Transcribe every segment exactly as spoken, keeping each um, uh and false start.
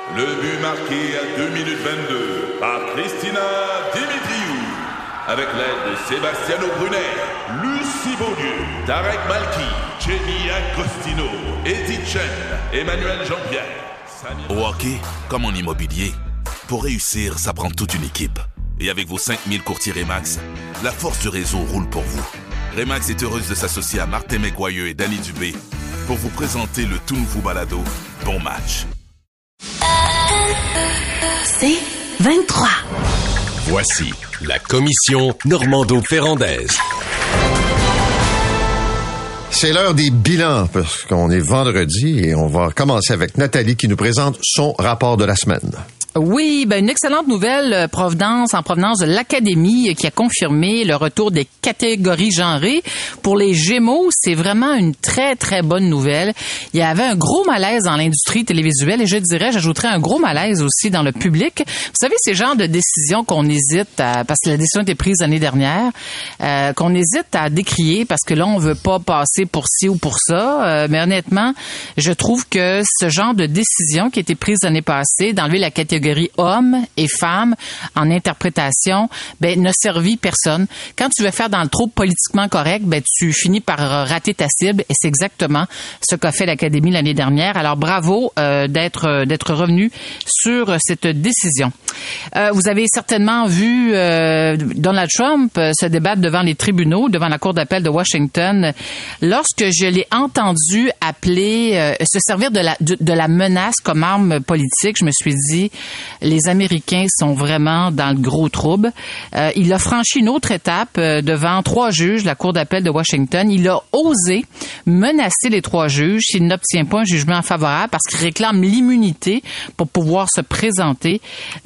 Le but marqué à deux minutes vingt-deux par Christina Dimitriou. Avec l'aide de Sebastiano Brunet, Lucie Beaulieu, Tarek Malki, Jenny Agostino, Edith Chen, Emmanuel Jean-Pierre. Samir... Au hockey, comme en immobilier, pour réussir, ça prend toute une équipe. Et avec vos cinq mille courtiers Remax, la force du réseau roule pour vous. Remax est heureuse de s'associer à Martin McGuire et Danny Dubé pour vous présenter le tout nouveau balado Bon Match. C'est vingt-trois. Voici la commission Normando-Ferrandaise. C'est l'heure des bilans, parce qu'on est vendredi et on va commencer avec Nathalie qui nous présente son rapport de la semaine. Oui, ben une excellente nouvelle provenance en provenance de l'Académie qui a confirmé le retour des catégories genrées. Pour les Gémeaux, c'est vraiment une très, très bonne nouvelle. Il y avait un gros malaise dans l'industrie télévisuelle et je dirais, j'ajouterais un gros malaise aussi dans le public. Vous savez, ces genres de décisions qu'on hésite à, parce que la décision était prise l'année dernière, euh, qu'on hésite à décrier parce que là, on veut pas passer pour ci ou pour ça. Euh, mais honnêtement, je trouve que ce genre de décision qui a été prise l'année passée, d'enlever la catégorie hommes et femmes en interprétation, ben ne servit personne. Quand tu veux faire dans le trop politiquement correct, ben tu finis par rater ta cible et c'est exactement ce qu'a fait l'Académie l'année dernière. Alors bravo euh, d'être d'être revenu sur cette décision. Euh, vous avez certainement vu euh, Donald Trump euh, se débattre devant les tribunaux, devant la Cour d'appel de Washington. Lorsque je l'ai entendu appeler, euh, se servir de la de, de la menace comme arme politique, je me suis dit les Américains sont vraiment dans le gros trouble. Euh, il a franchi une autre étape euh, devant trois juges de la Cour d'appel de Washington. Il a osé menacer les trois juges s'il n'obtient pas un jugement favorable parce qu'il réclame l'immunité pour pouvoir se présenter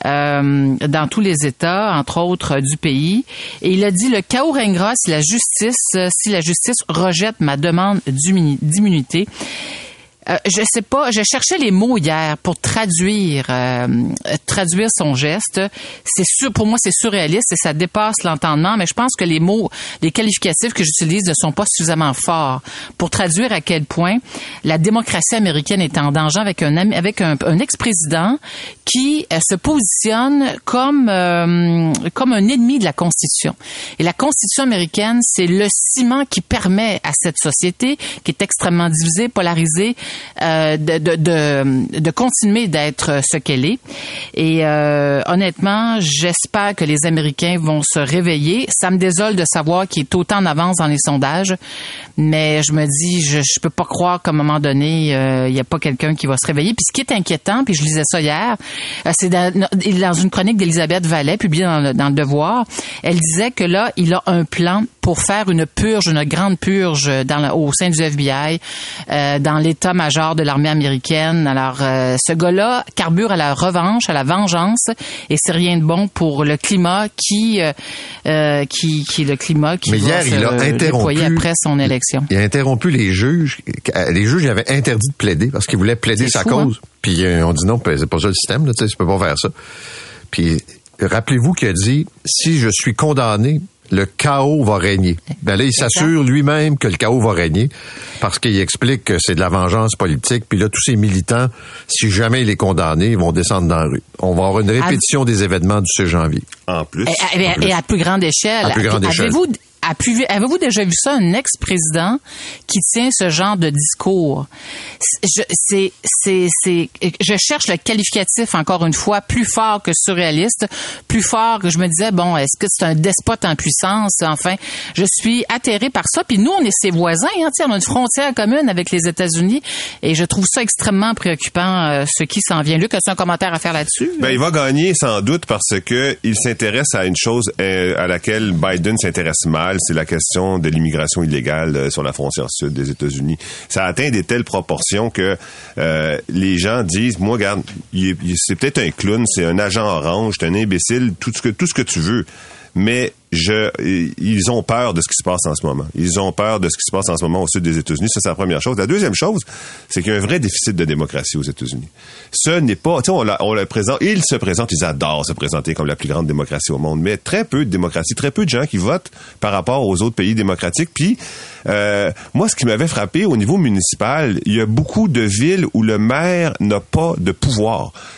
euh, dans tous les États, entre autres, du pays. Et il a dit, le chaos régnera si la justice, si la justice rejette ma demande d'immunité. Euh, je sais pas, je cherchais les mots hier pour traduire euh, traduire son geste. C'est sûr, pour moi, c'est surréaliste et ça dépasse l'entendement, mais je pense que les mots, les qualificatifs que j'utilise ne sont pas suffisamment forts pour traduire à quel point la démocratie américaine est en danger avec un avec un, un ex-président qui euh, se positionne comme euh, comme un ennemi de la Constitution. Et la Constitution américaine, c'est le ciment qui permet à cette société qui est extrêmement divisée, polarisée, Euh, de, de, de, de continuer d'être ce qu'elle est. Et euh, honnêtement, j'espère que les Américains vont se réveiller. Ça me désole de savoir qu'il est autant en avance dans les sondages, mais je me dis, je, je peux pas croire qu'à un moment donné, il euh, y a pas quelqu'un qui va se réveiller. Puis ce qui est inquiétant, puis je lisais ça hier, euh, c'est dans, dans une chronique d'Elisabeth Vallet, publiée dans le, dans le Devoir, elle disait que là, il a un plan pour faire une purge, une grande purge dans le, au sein du F B I, euh, dans l'état-major de l'armée américaine. Alors, euh, ce gars-là carbure à la revanche, à la vengeance, et c'est rien de bon pour le climat qui, euh, euh, qui, qui est le climat qui Mais va hier, se il a interrompu, après son élection. Il a interrompu les juges. Les juges ils avaient interdit de plaider parce qu'ils voulaient plaider c'est sa fou, cause. Hein? Puis euh, on dit non, c'est pas ça le système, là, tu sais, tu peux pas faire ça. Puis rappelez-vous qu'il a dit, si je suis condamné, le chaos va régner. Ben là, il s'assure lui-même que le chaos va régner parce qu'il explique que c'est de la vengeance politique. Puis là, tous ces militants, si jamais il est condamné, ils vont descendre dans la rue. On va avoir une répétition à... des événements du six janvier. En plus. Et, et, en plus. et à plus grande échelle. À plus grande échelle. Avez-vous... Avez-vous déjà vu ça, un ex-président qui tient ce genre de discours? Je, c'est, c'est, c'est, je cherche le qualificatif, encore une fois, plus fort que surréaliste, plus fort que je me disais, bon, est-ce que c'est un despote en puissance? Enfin, je suis atterrée par ça. Puis nous, on est ses voisins, hein, on a une frontière commune avec les États-Unis et je trouve ça extrêmement préoccupant, euh, ce qui s'en vient. Luc, as-tu un commentaire à faire là-dessus? Ben, il va gagner sans doute parce que il s'intéresse à une chose euh, à laquelle Biden s'intéresse mal. C'est la question de l'immigration illégale euh, sur la frontière sud des États-Unis. Ça atteint des telles proportions que euh, les gens disent, moi, regarde, il est, il, c'est peut-être un clown, c'est un agent orange, c'est un imbécile, tout ce que tout ce que tu veux. Mais je, ils ont peur de ce qui se passe en ce moment. Ils ont peur de ce qui se passe en ce moment au sud des États-Unis. Ça, c'est la première chose. La deuxième chose, c'est qu'il y a un vrai déficit de démocratie aux États-Unis. Ce n'est pas, tu sais, on, la, on le présente, ils se présentent, ils adorent se présenter comme la plus grande démocratie au monde, mais très peu de démocratie, très peu de gens qui votent par rapport aux autres pays démocratiques. Puis, euh, moi, ce qui m'avait frappé au niveau municipal, il y a beaucoup de villes où le maire n'a pas de pouvoir.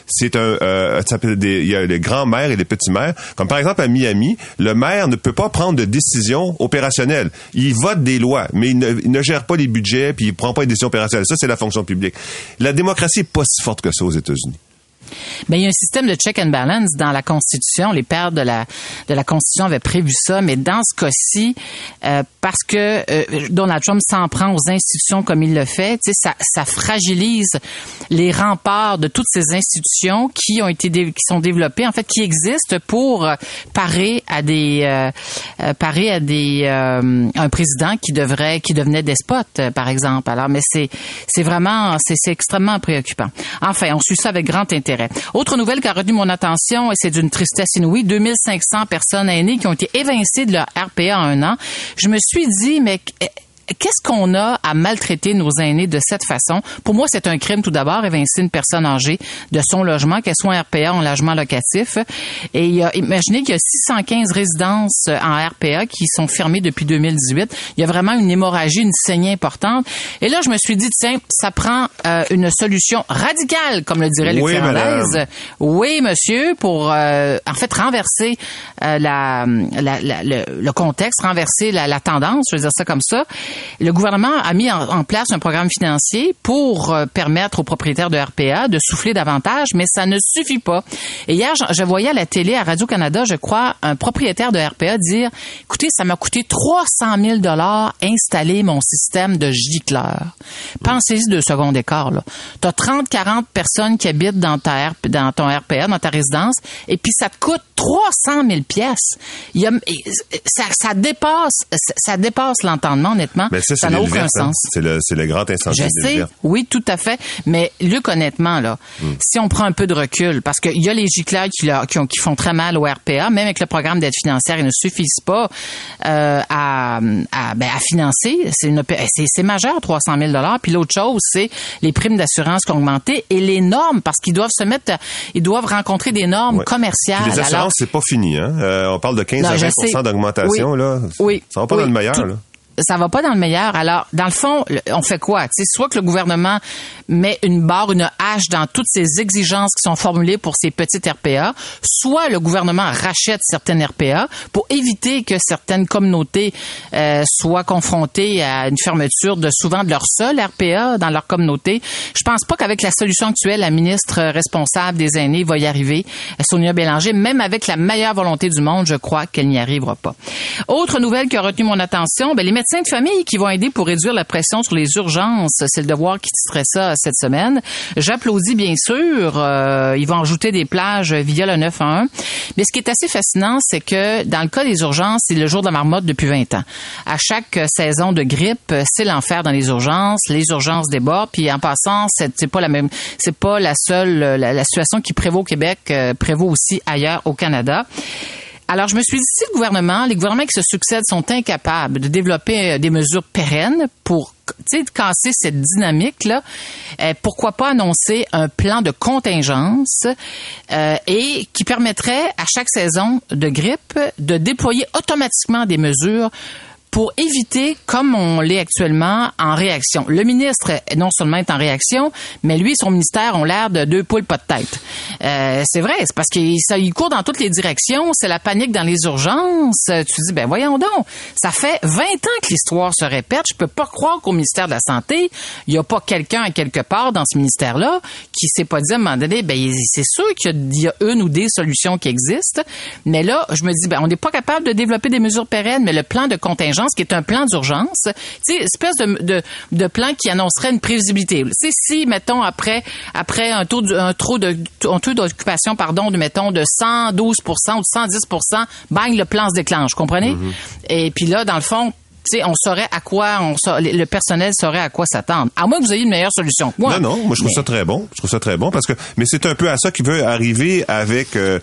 c'est un, euh, ça s'appelle des, il y a les grands maires et les petits maires. Comme par exemple à Miami, le maire ne peut pas prendre de décision opérationnelle. Il vote des lois, mais il ne, il ne gère pas les budgets, puis il prend pas les décisions opérationnelles. Ça, c'est la fonction publique. La démocratie est pas si forte que ça aux États-Unis. Ben, il y a un système de check and balance dans la Constitution. Les pères de la de la Constitution avaient prévu ça, mais dans ce cas-ci, euh, parce que euh, Donald Trump s'en prend aux institutions comme il le fait, tu sais, ça, ça fragilise les remparts de toutes ces institutions qui ont été dé- qui sont développées, en fait, qui existent pour euh, parer à des euh, euh, parer à des euh, un président qui devrait qui devenait despote, euh, par exemple. Alors, mais c'est c'est vraiment c'est, c'est extrêmement préoccupant. Enfin, on suit ça avec grand intérêt. Autre nouvelle qui a retenu mon attention, et c'est d'une tristesse inouïe, deux mille cinq cents personnes aînées qui ont été évincées de leur R P A en un an. Je me suis dit, mais qu'est-ce qu'on a à maltraiter nos aînés de cette façon? Pour moi, c'est un crime tout d'abord, évincer une personne âgée de son logement, qu'elle soit en R P A ou en logement locatif. Et il y a, imaginez qu'il y a six cent quinze résidences en R P A qui sont fermées depuis deux mille dix-huit. Il y a vraiment une hémorragie, une saignée importante. Et là, je me suis dit, tiens, ça prend euh, une solution radicale, comme le dirait Luc Oui, Ferrandez. Oui, monsieur, pour euh, en fait renverser euh, la, la, la, le, le contexte, renverser la, la tendance, je veux dire ça comme ça. Le gouvernement a mis en, en place un programme financier pour euh, permettre aux propriétaires de R P A de souffler davantage, mais ça ne suffit pas. Et hier, je, je voyais à la télé, à Radio-Canada, je crois, un propriétaire de R P A dire, écoutez, ça m'a coûté trois cent mille dollars installer mon système de gicleur. Pensez-y deux secondes d'écart, là. T'as trente, quarante personnes qui habitent dans ta R P A, dans ton R P A, dans ta résidence, et puis ça te coûte trois cent mille pièces. Il y a, ça, ça dépasse, ça, ça dépasse l'entendement, honnêtement. Mais ça, ça n'a aucun sens. Hein? C'est le, c'est le grand incendie. Je sais, oui, tout à fait. Mais Luc, honnêtement, là, mm. si on prend un peu de recul, parce qu'il y a les gicleurs qui, leur, qui, ont, qui font très mal au R P A, même avec le programme d'aide financière, ils ne suffisent pas euh, à, à, ben, à financer. C'est, une, c'est, c'est majeur, trois cent mille dollars. Puis l'autre chose, c'est les primes d'assurance qui ont augmenté et les normes, parce qu'ils doivent se mettre, ils doivent rencontrer des normes ouais. commerciales. Puis les assurances, alors, c'est pas fini. Hein? Euh, on parle de quinze à vingt pour cent d'augmentation. Oui. Là. Oui. Ça va pas oui. dans le meilleur. Tout, là. Ça va pas dans le meilleur. Alors, dans le fond, on fait quoi? Tu sais, soit que le gouvernement met une barre, une hache dans toutes ces exigences qui sont formulées pour ces petites R P A, soit le gouvernement rachète certaines R P A pour éviter que certaines communautés euh, soient confrontées à une fermeture de souvent de leur seul R P A dans leur communauté. Je pense pas qu'avec la solution actuelle, la ministre responsable des aînés va y arriver, Sonia Bélanger. Même avec la meilleure volonté du monde, je crois qu'elle n'y arrivera pas. Autre nouvelle qui a retenu mon attention, ben les médecins de famille qui vont aider pour réduire la pression sur les urgences. C'est le Devoir qui titrait ça cette semaine. J'applaudis bien sûr. Euh, ils vont ajouter des plages via le neuf un un. Mais ce qui est assez fascinant, c'est que dans le cas des urgences, c'est le jour de la marmotte depuis vingt ans. À chaque saison de grippe, c'est l'enfer dans les urgences. Les urgences débordent. Puis en passant, c'est, c'est pas la même, c'est pas la seule la, la situation qui prévaut au Québec, euh, prévaut aussi ailleurs au Canada. Alors, je me suis dit, si le gouvernement, les gouvernements qui se succèdent sont incapables de développer des mesures pérennes pour, tu sais, casser cette dynamique-là, euh, pourquoi pas annoncer un plan de contingence euh, et qui permettrait à chaque saison de grippe de déployer automatiquement des mesures pour éviter, comme on l'est actuellement, en réaction. Le ministre, non seulement est en réaction, mais lui et son ministère ont l'air de deux poules pas de tête. Euh, c'est vrai, c'est parce qu'il il court dans toutes les directions, c'est la panique dans les urgences. Tu te dis, ben voyons donc, ça fait vingt ans que l'histoire se répète. Je peux pas croire qu'au ministère de la Santé, il y a pas quelqu'un à quelque part dans ce ministère-là qui s'est pas dit à un moment donné, ben c'est sûr qu'il y a une ou des solutions qui existent, mais là, je me dis, ben on n'est pas capable de développer des mesures pérennes, mais le plan de contingence qui est un plan d'urgence, tu sais, espèce de, de, de plan qui annoncerait une prévisibilité. Tu sais, si, mettons, après, après un taux, de, un taux de, un taux d'occupation, pardon, de, mettons, de cent douze pour cent ou de cent dix pour cent, bang, le plan se déclenche, comprenez? Mm-hmm. Et puis là, dans le fond, tu sais, on saurait à quoi, on sa, le personnel saurait à quoi s'attendre. À moins que vous ayez une meilleure solution que moi. Non, non, moi je trouve mais... ça très bon. Je trouve ça très bon parce que, mais c'est un peu à ça qu'il veut arriver avec euh,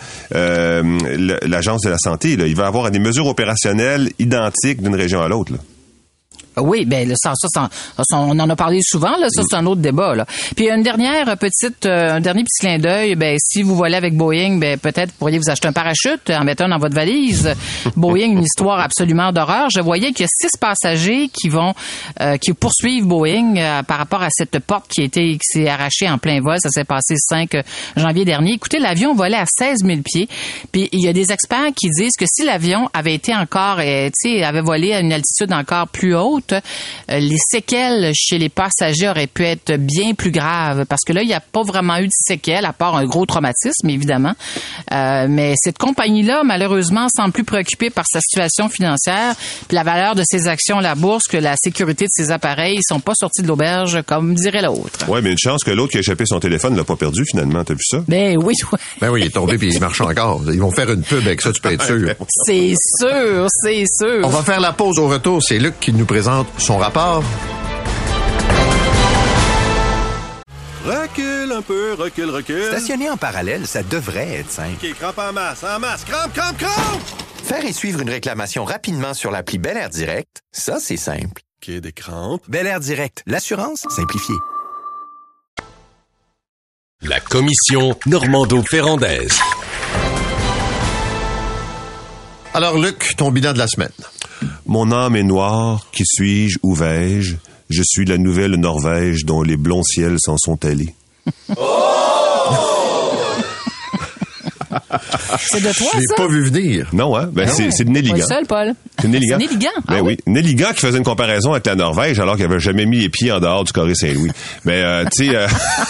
euh, l'Agence de la santé. Là. Il va avoir des mesures opérationnelles identiques d'une région à l'autre. Là. Oui, ben ça, ça, ça, ça, on en a parlé souvent, là. Ça, c'est un autre débat, là. Puis une dernière petite, euh, un dernier petit clin d'œil. Ben si vous volez avec Boeing, ben peut-être pourriez vous acheter un parachute, en mettre un dans votre valise. Boeing, une histoire absolument d'horreur. Je voyais qu'il y a six passagers qui vont, euh, qui poursuivent Boeing euh, par rapport à cette porte qui a été, qui s'est arrachée en plein vol. Ça s'est passé le cinq janvier dernier. Écoutez, l'avion volait à seize mille pieds. Puis il y a des experts qui disent que si l'avion avait été encore, euh, tu sais, avait volé à une altitude encore plus haute, les séquelles chez les passagers auraient pu être bien plus graves parce que là, il n'y a pas vraiment eu de séquelles à part un gros traumatisme, évidemment. Euh, mais cette compagnie-là, malheureusement, semble plus préoccupée par sa situation financière puis la valeur de ses actions à la bourse que la sécurité de ses appareils. Ils sont pas sortis de l'auberge, comme dirait l'autre. Oui, mais une chance que l'autre qui a échappé son téléphone ne l'a pas perdu, finalement. T'as vu ça? Ben oui. Ben oui, il est tombé puis il marche encore. Ils vont faire une pub avec ça, tu peux être sûr. C'est sûr, c'est sûr. On va faire la pause au retour. C'est Luc qui nous présente son rapport. Recule un peu, recule, recule. Stationner en parallèle, ça devrait être simple. OK, crampe en masse, en masse, crampe, crampe, crampe! Faire et suivre une réclamation rapidement sur l'appli Bel Air Direct, ça, c'est simple. OK, des crampes. Bel Air Direct, l'assurance simplifiée. La commission Normando-Ferrandaise. Alors, Luc, ton bilan de la semaine. Mon âme est noire, qui suis-je, où vais-je? Je suis la nouvelle Norvège dont les blonds ciels s'en sont allés. C'est de toi, Je l'ai ça? pas vu venir. Non, hein? Ben, Ah c'est, ouais. c'est de Nelligan. Pas le seul, Paul. C'est Nelligan. C'est Nelligan. Ben Ah oui. oui. Nelligan qui faisait une comparaison avec la Norvège alors qu'il avait jamais mis les pieds en dehors du Corée Saint-Louis. Mais, euh, tu sais, euh,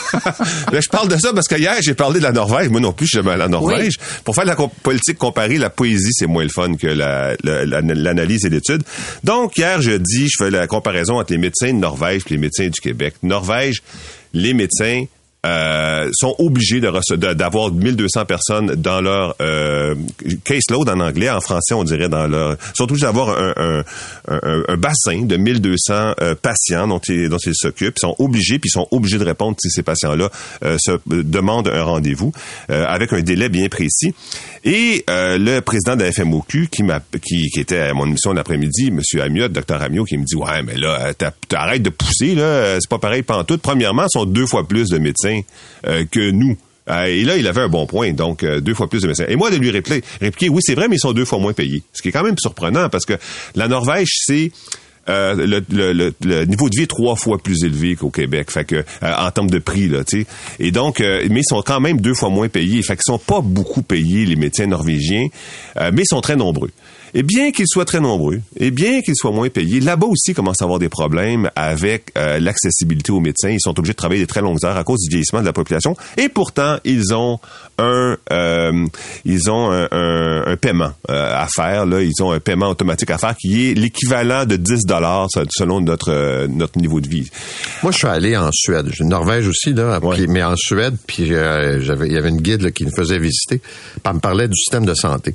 ben, je parle de ça parce que hier, j'ai parlé de la Norvège. Moi non plus, je suis jamais allé à la Norvège. Oui. Pour faire de la comp- politique comparée, la poésie, c'est moins le fun que la, la, la, l'analyse et l'étude. Donc, hier, je dis, je fais la comparaison entre les médecins de Norvège et les médecins du Québec. Norvège, les médecins, Euh, sont obligés de rece- de, d'avoir mille deux cents personnes dans leur euh, caseload en anglais, en français on dirait dans leur, sont obligés d'avoir un, un, un, un bassin de mille deux cents euh, patients dont ils, dont ils s'occupent, ils sont obligés, puis ils sont obligés de répondre si ces patients-là euh, se euh, demandent un rendez-vous euh, avec un délai bien précis. Et euh, le président de la F M O Q qui m'a qui, qui était à mon émission l'après-midi, M. Amiot, docteur Amiot, qui me dit ouais mais là t'arrêtes de pousser là, c'est pas pareil pantoute. Premièrement, ils sont deux fois plus de médecins Euh, que nous. Euh, et là, il avait un bon point, donc euh, deux fois plus de médecins. Et moi, de lui répliquer, répliquer, oui, c'est vrai, mais ils sont deux fois moins payés. Ce qui est quand même surprenant, parce que la Norvège, c'est euh, le, le, le, le niveau de vie est trois fois plus élevé qu'au Québec, fait que euh, en termes de prix, là, tu sais. Et donc, euh, mais ils sont quand même deux fois moins payés. Fait qu'ils sont pas beaucoup payés, les médecins norvégiens, euh, mais ils sont très nombreux. Et bien qu'ils soient très nombreux, et bien qu'ils soient moins payés, là-bas aussi commencent à avoir des problèmes avec euh, l'accessibilité aux médecins. Ils sont obligés de travailler des très longues heures à cause du vieillissement de la population. Et pourtant, ils ont un, euh, ils ont un, un, un paiement euh, à faire. Là, ils ont un paiement automatique à faire qui est l'équivalent de dix dollars selon notre euh, notre niveau de vie. Moi, je suis allé en Suède. J'ai une Norvège aussi là, ouais. puis, mais en Suède. Puis euh, j'avais, il y avait une guide là, qui nous faisait visiter. Puis elle me parlait du système de santé.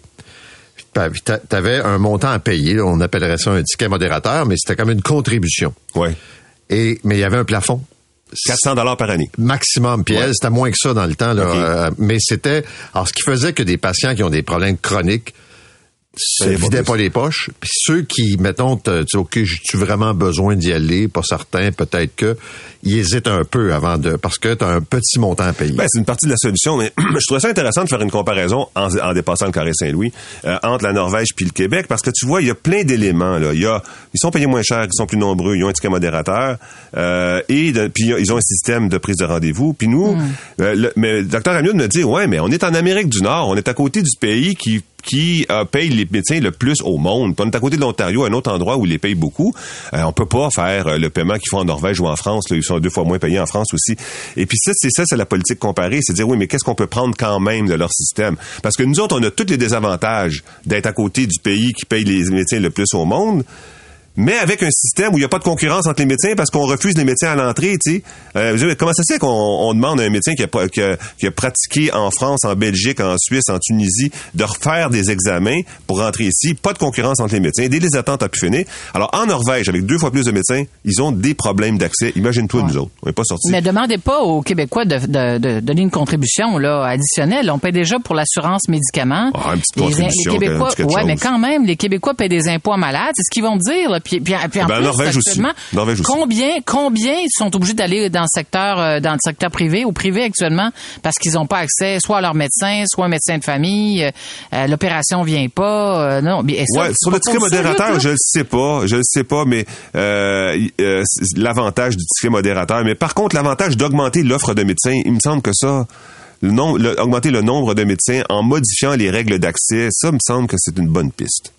Puis t'avais un montant à payer, là, on appellerait ça un ticket modérateur, mais c'était comme une contribution. Ouais. Et mais il y avait un plafond. quatre cents dollars par année. Maximum. Puis ouais. Elle, c'était moins que ça dans le temps. Là, okay. euh, mais c'était... Alors, ce qui faisait que des patients qui ont des problèmes chroniques se vidaient pas les poches. Puis ceux qui, mettons, tu dis, OK, j'ai-tu vraiment besoin d'y aller? Pas certain, peut-être que... Ils hésitent un peu avant de... Parce que tu as un petit montant à payer. Ben, c'est une partie de la solution, mais je trouvais ça intéressant de faire une comparaison en, en dépassant le Carré Saint-Louis euh, entre la Norvège puis le Québec, parce que tu vois, il y a plein d'éléments. Là. Il y a, ils sont payés moins cher, ils sont plus nombreux, ils ont un ticket modérateur, euh, et de, puis ils ont un système de prise de rendez-vous. Puis nous, mm. euh, le, mais le docteur Amiot me dit, ouais, mais on est en Amérique du Nord, on est à côté du pays qui qui euh, paye les médecins le plus au monde. Puis on est à côté de l'Ontario, un autre endroit où ils les payent beaucoup. Euh, on peut pas faire euh, le paiement qu'ils font en Norvège ou en France. Là, ils sont deux fois moins payés en France aussi. Et puis ça, c'est ça, c'est la politique comparée. C'est dire, oui, mais qu'est-ce qu'on peut prendre quand même de leur système? Parce que nous autres, on a tous les désavantages d'être à côté du pays qui paye les médecins le plus au monde. Mais avec un système où il n'y a pas de concurrence entre les médecins parce qu'on refuse les médecins à l'entrée, tu sais. Euh, comment ça se fait qu'on on demande à un médecin qui a, qui, a, qui a pratiqué en France, en Belgique, en Suisse, en Tunisie, de refaire des examens pour rentrer ici? Pas de concurrence entre les médecins. Dès les attentes à pu finir. Alors, en Norvège, avec deux fois plus de médecins, ils ont des problèmes d'accès. Imagine-toi, ouais. Nous autres. On n'est pas sortis. Mais demandez pas aux Québécois de, de, de donner une contribution là, additionnelle. On paie déjà pour l'assurance médicaments. Ah, une petite contribution. Les, les Québécois, ouais, chose. Mais quand même, les Québécois paient des impôts à malades. C'est ce qu'ils vont dire, là. Puis Puis, puis, puis en ben, plus, Norvège aussi. Norvège aussi. Combien, combien ils sont obligés d'aller dans le secteur, euh, dans le secteur privé ou privé actuellement parce qu'ils n'ont pas accès soit à leur médecin, soit un médecin de famille. Euh, l'opération vient pas. Euh, non. Mais ça, ouais, sur le ticket modérateur, je le sais pas, je le sais pas, mais euh, euh, l'avantage du ticket modérateur. Mais par contre, l'avantage d'augmenter l'offre de médecins, il me semble que ça. Le nombre, le, augmenter le nombre de médecins en modifiant les règles d'accès, ça me semble que c'est une bonne piste.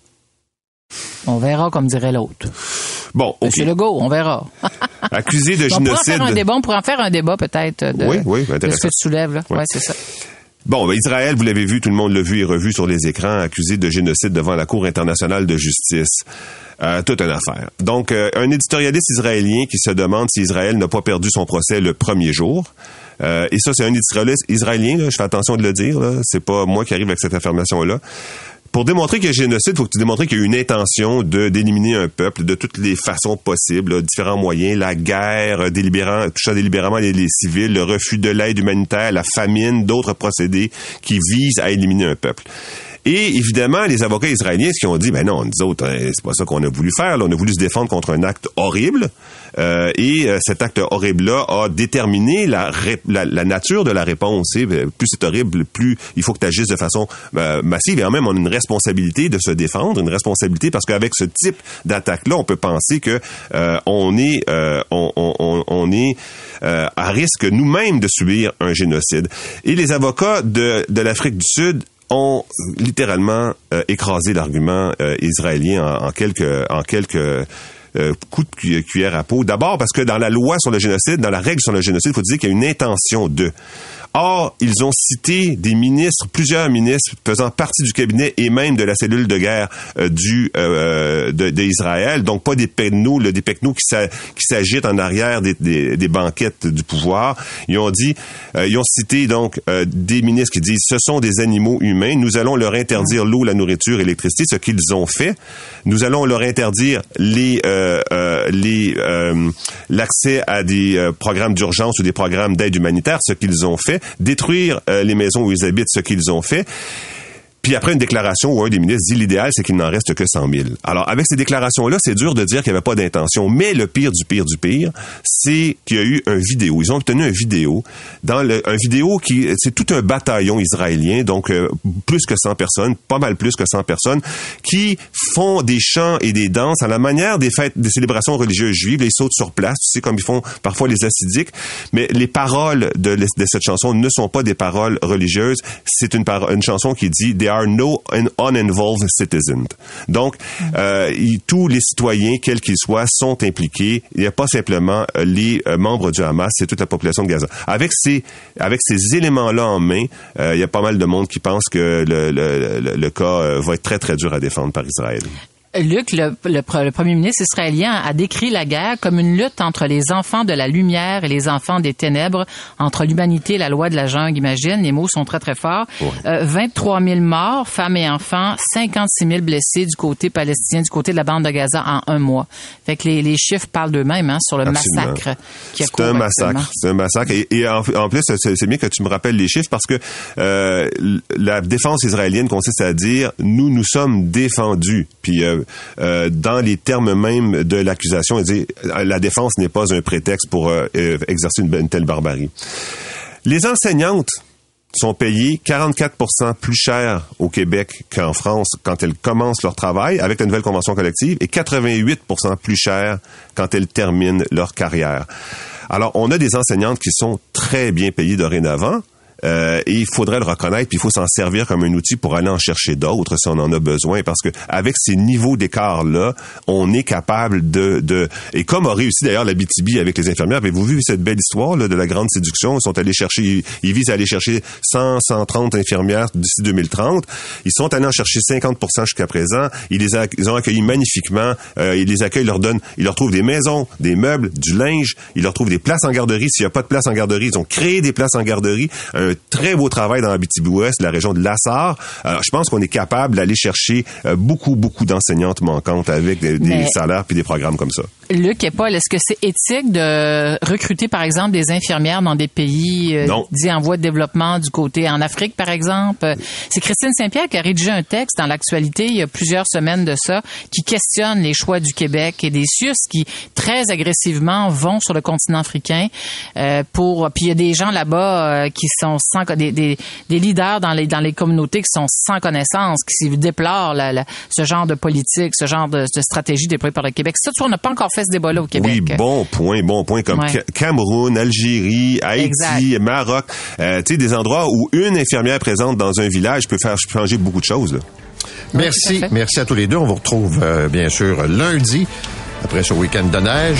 On verra, comme dirait l'autre. Bon, okay. Monsieur Legault, on verra. Accusé de on génocide. Pourra faire un débat, on pourra en faire un débat peut-être de, oui, oui, de ce que tu soulèves. Là. Oui, ouais, c'est ça. Bon, ben Israël, vous l'avez vu, tout le monde l'a vu et revu sur les écrans, accusé de génocide devant la Cour internationale de justice. Euh, toute une affaire. Donc, euh, un éditorialiste israélien qui se demande si Israël n'a pas perdu son procès le premier jour. Euh, et ça, c'est un éditorialiste israélien, là, je fais attention de le dire, là, c'est pas moi qui arrive avec cette affirmation-là. Pour démontrer qu'il y a génocide, il faut que tu démontres qu'il y a une intention de d'éliminer un peuple de toutes les façons possibles, là, différents moyens, la guerre, délibérant, touchant délibérément les, les civils, le refus de l'aide humanitaire, la famine, d'autres procédés qui visent à éliminer un peuple. Et évidemment, les avocats israéliens qui ont dit, ben non, nous autres, hein, c'est pas ça qu'on a voulu faire. Là. On a voulu se défendre contre un acte horrible. Euh, et euh, cet acte horrible-là a déterminé la, la, la nature de la réponse. Et, plus c'est horrible, plus il faut que tu agisses de façon euh, massive. Et en même, on a une responsabilité de se défendre, une responsabilité parce qu'avec ce type d'attaque-là, on peut penser que euh, on est, euh, on, on, on est euh, à risque nous-mêmes de subir un génocide. Et les avocats de, de l'Afrique du Sud ont littéralement euh, écrasé l'argument euh, israélien en, en quelques en quelques euh, coups de cuillère à peau. D'abord parce que dans la loi sur le génocide, dans la règle sur le génocide, il faut dire qu'il y a une intention de. Or, ils ont cité des ministres, plusieurs ministres faisant partie du cabinet et même de la cellule de guerre euh, du euh, de, d'Israël, donc pas des pecnos, là, des pecnos qui, s'a, qui s'agitent en arrière des, des, des banquettes du pouvoir. Ils ont dit, euh, ils ont cité donc euh, des ministres qui disent ce sont des animaux humains, nous allons leur interdire l'eau, la nourriture, l'électricité, ce qu'ils ont fait. Nous allons leur interdire les euh, euh, les euh, l'accès à des euh, programmes d'urgence ou des programmes d'aide humanitaire, ce qu'ils ont fait. Détruire euh, les maisons où ils habitent, ce qu'ils ont fait. Puis après une déclaration où un des ministres dit l'idéal, c'est qu'il n'en reste que cent mille. Alors, avec ces déclarations-là, c'est dur de dire qu'il n'y avait pas d'intention. Mais le pire du pire du pire, c'est qu'il y a eu un vidéo. Ils ont obtenu un vidéo. Dans le, un vidéo qui, c'est tout un bataillon israélien, donc euh, plus que cent personnes, pas mal plus que cent personnes, qui font des chants et des danses à la manière des fêtes, des célébrations religieuses juives. Ils sautent sur place, tu sais, comme ils font parfois les hassidiques. Mais les paroles de, de cette chanson ne sont pas des paroles religieuses. C'est une, par- une chanson qui dit « are no uninvolved citizens ». Donc, euh, y, tous les citoyens, quels qu'ils soient, sont impliqués. Il n'y a pas simplement euh, les euh, membres du Hamas, c'est toute la population de Gaza. Avec ces, avec ces éléments-là en main, euh, il y a pas mal de monde qui pense que le, le, le, le cas euh, va être très, très dur à défendre par Israël. Luc, le, le, le premier ministre israélien a décrit la guerre comme une lutte entre les enfants de la lumière et les enfants des ténèbres, entre l'humanité et la loi de la jungle, imagine. Les mots sont très, très forts. Ouais. Euh, vingt-trois mille morts, femmes et enfants, cinquante-six mille blessés du côté palestinien, du côté de la bande de Gaza en un mois. Fait que les, les chiffres parlent d'eux-mêmes, hein, sur le Absolument. massacre qui a cours. C'est un massacre. C'est un massacre. Et, et en, en plus, c'est, c'est bien que tu me rappelles les chiffres parce que euh, la défense israélienne consiste à dire « nous, nous sommes défendus ». Puis euh, Euh, dans les termes même de l'accusation, il dit la défense n'est pas un prétexte pour euh, exercer une, une telle barbarie. Les enseignantes sont payées quarante-quatre pour cent plus cher au Québec qu'en France quand elles commencent leur travail avec la nouvelle convention collective et quatre-vingt-huit pour cent plus cher quand elles terminent leur carrière. Alors, on a des enseignantes qui sont très bien payées dorénavant. Euh, et il faudrait le reconnaître, puis il faut s'en servir comme un outil pour aller en chercher d'autres si on en a besoin, parce que avec ces niveaux d'écart-là, on est capable de... de et comme a réussi d'ailleurs la B T B avec les infirmières, avez-vous vu cette belle histoire là, de la grande séduction? Ils sont allés chercher, ils, ils visent à aller chercher cent, cent trente infirmières d'ici deux mille trente. Ils sont allés en chercher cinquante pour cent jusqu'à présent. Ils les a, ils ont accueillis magnifiquement. Euh, ils les accueillent, ils leur donnent, ils leur trouvent des maisons, des meubles, du linge. Ils leur trouvent des places en garderie. S'il n'y a pas de place en garderie, ils ont créé des places en garderie. Un très beau travail dans l'Abitibi-Ouest, la région de Lassar. Alors, je pense qu'on est capable d'aller chercher euh, beaucoup, beaucoup d'enseignantes manquantes avec des, des salaires puis des programmes comme ça. Luc et Paul, est-ce que c'est éthique de recruter, par exemple, des infirmières dans des pays euh, dits en voie de développement du côté, en Afrique, par exemple? C'est Christine Saint-Pierre qui a rédigé un texte dans l'actualité il y a plusieurs semaines de ça, qui questionne les choix du Québec et des C I U S qui, très agressivement, vont sur le continent africain euh, pour... Puis il y a des gens là-bas euh, qui sont sans... Des, des, des leaders dans les, dans les communautés qui sont sans connaissance, qui déplorent la, la, ce genre de politique, ce genre de, de stratégie déployée par le Québec. Ça, tu vois, on n'a pas encore fait ce débat-là au Québec. Oui, bon point, bon point, comme ouais. Cameroun, Algérie, Haïti, exact. Maroc, euh, tu sais, des endroits où une infirmière présente dans un village peut faire changer beaucoup de choses, là. Merci, oui, merci à tous les deux. On vous retrouve, euh, bien sûr, lundi, après ce week-end de neige.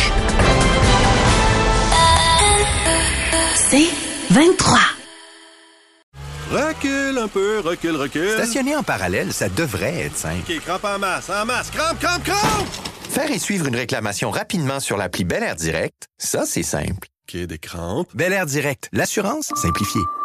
C'est vingt-trois. Recule un peu, recule, recule. Stationner en parallèle, ça devrait être simple. OK, crampe en masse, en masse, crampe, crampe, crampe! Faire et suivre une réclamation rapidement sur l'appli Bel Air Direct, ça, c'est simple. OK, des crampes. Bel Air Direct, l'assurance simplifiée.